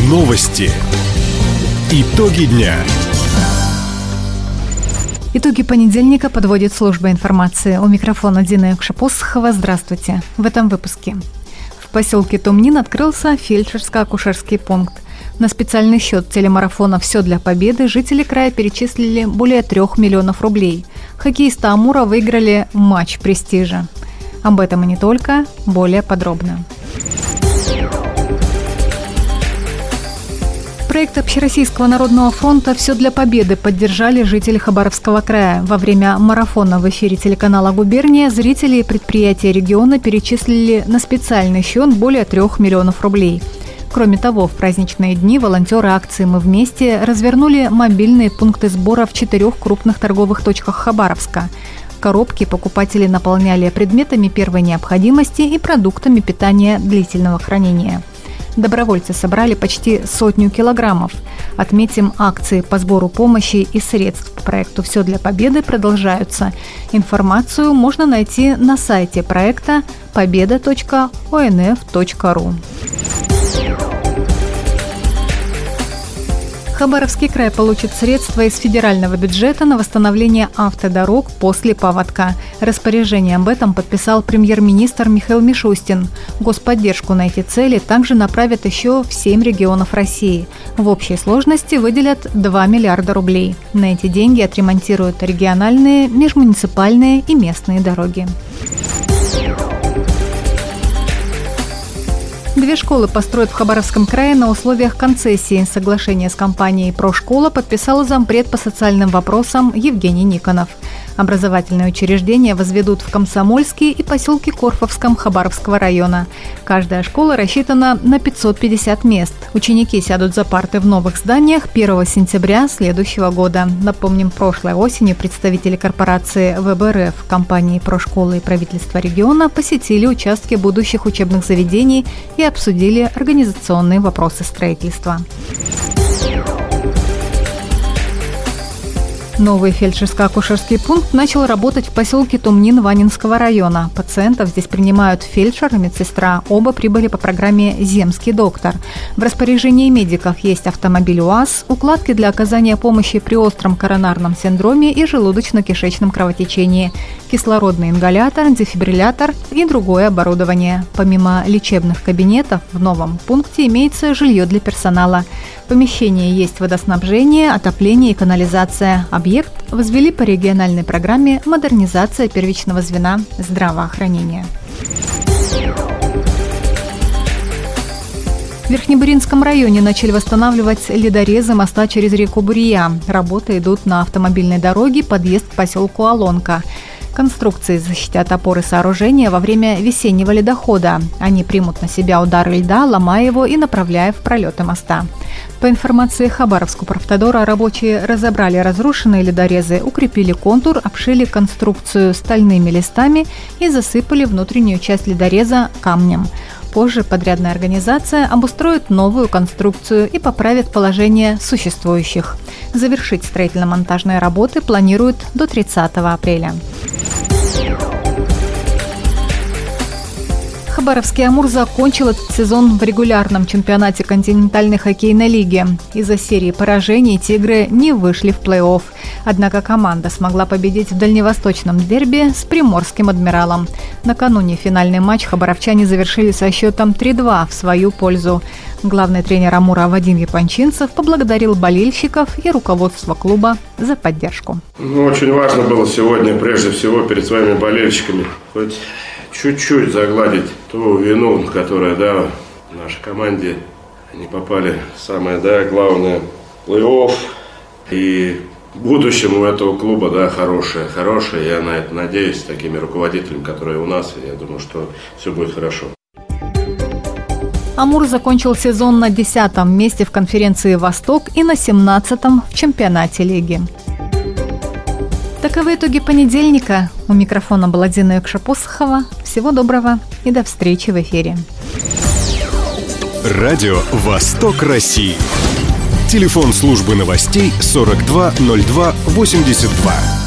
Новости. Итоги дня. Итоги понедельника подводит служба информации. У микрофона Дина Юкшапосхова. Здравствуйте. В этом выпуске. В поселке Тумнин открылся фельдшерско-акушерский пункт. На специальный счет телемарафона «Все для победы» жители края перечислили более 3 миллионов рублей. Хоккеисты Амура выиграли матч престижа. Об этом и не только, более подробно. Проект Общероссийского народного фронта «Все для победы» поддержали жители Хабаровского края. Во время марафона в эфире телеканала «Губерния» зрители и предприятия региона перечислили на специальный счет более 3 миллионов рублей. Кроме того, в праздничные дни волонтеры акции «Мы вместе» развернули мобильные пункты сбора в 4 крупных торговых точках Хабаровска. Коробки покупатели наполняли предметами первой необходимости и продуктами питания длительного хранения. Добровольцы собрали почти 100 килограммов. Отметим, акции по сбору помощи и средств по проекту «Все для победы» продолжаются. Информацию можно найти на сайте проекта победа.онф.ру. Хабаровский край получит средства из федерального бюджета на восстановление автодорог после паводка. Распоряжение об этом подписал премьер-министр Михаил Мишустин. Господдержку на эти цели также направят еще в 7 регионов России. В общей сложности выделят 2 миллиарда рублей. На эти деньги отремонтируют региональные, межмуниципальные и местные дороги. 2 школы построят в Хабаровском крае на условиях концессии. Соглашение с компанией «Прошкола» подписал зампред по социальным вопросам Евгений Никонов. Образовательные учреждения возведут в Комсомольске и поселке Корфовском Хабаровского района. Каждая школа рассчитана на 550 мест. Ученики сядут за парты в новых зданиях 1 сентября следующего года. Напомним, прошлой осенью представители корпорации ВБРФ, компании «Прошколы» и правительства региона посетили участки будущих учебных заведений и обсудили организационные вопросы строительства. Новый фельдшерско-акушерский пункт начал работать в поселке Тумнин Ванинского района. Пациентов здесь принимают фельдшер и медсестра. Оба прибыли по программе «Земский доктор». В распоряжении медиков есть автомобиль УАЗ, укладки для оказания помощи при остром коронарном синдроме и желудочно-кишечном кровотечении, кислородный ингалятор, дефибриллятор и другое оборудование. Помимо лечебных кабинетов, в новом пункте имеется жилье для персонала. В помещении есть водоснабжение, отопление и канализация. Объект возвели по региональной программе «Модернизация первичного звена здравоохранения». В Верхнебуринском районе начали восстанавливать ледорезы моста через реку Бурия. Работы идут на автомобильной дороге, подъезд к поселку Олонка. Конструкции защитят опоры сооружения во время весеннего ледохода. Они примут на себя удары льда, ломая его и направляя в пролеты моста. По информации Хабаровского рабочие разобрали разрушенные ледорезы, укрепили контур, обшили конструкцию стальными листами и засыпали внутреннюю часть ледореза камнем. Позже подрядная организация обустроит новую конструкцию и поправит положение существующих. Завершить строительно-монтажные работы планируют до 30 апреля. Хабаровский «Амур» закончил этот сезон в регулярном чемпионате континентальной хоккейной лиги. Из-за серии поражений «Тигры» не вышли в плей-офф. Однако команда смогла победить в дальневосточном дерби с приморским «Адмиралом». Накануне финальный матч хабаровчане завершили со счетом 3-2 в свою пользу. Главный тренер «Амура» Вадим Япончинцев поблагодарил болельщиков и руководство клуба за поддержку. Очень важно было сегодня, прежде всего, перед своими болельщиками хоть чуть-чуть загладить ту вину, которая, в нашей команде не попали в самое, главное, плей-офф. И в будущем у этого клуба, хорошее. Я на это надеюсь, с такими руководителями, которые у нас. Я думаю, что все будет хорошо. «Амур» закончил сезон на 10-м месте в конференции «Восток» и на 17-м в чемпионате лиги. Таковы итоги понедельника. У микрофона была Дина Юкшапосхова. Всего доброго и до встречи в эфире. Радио «Восток России». Телефон службы новостей 42 02 82.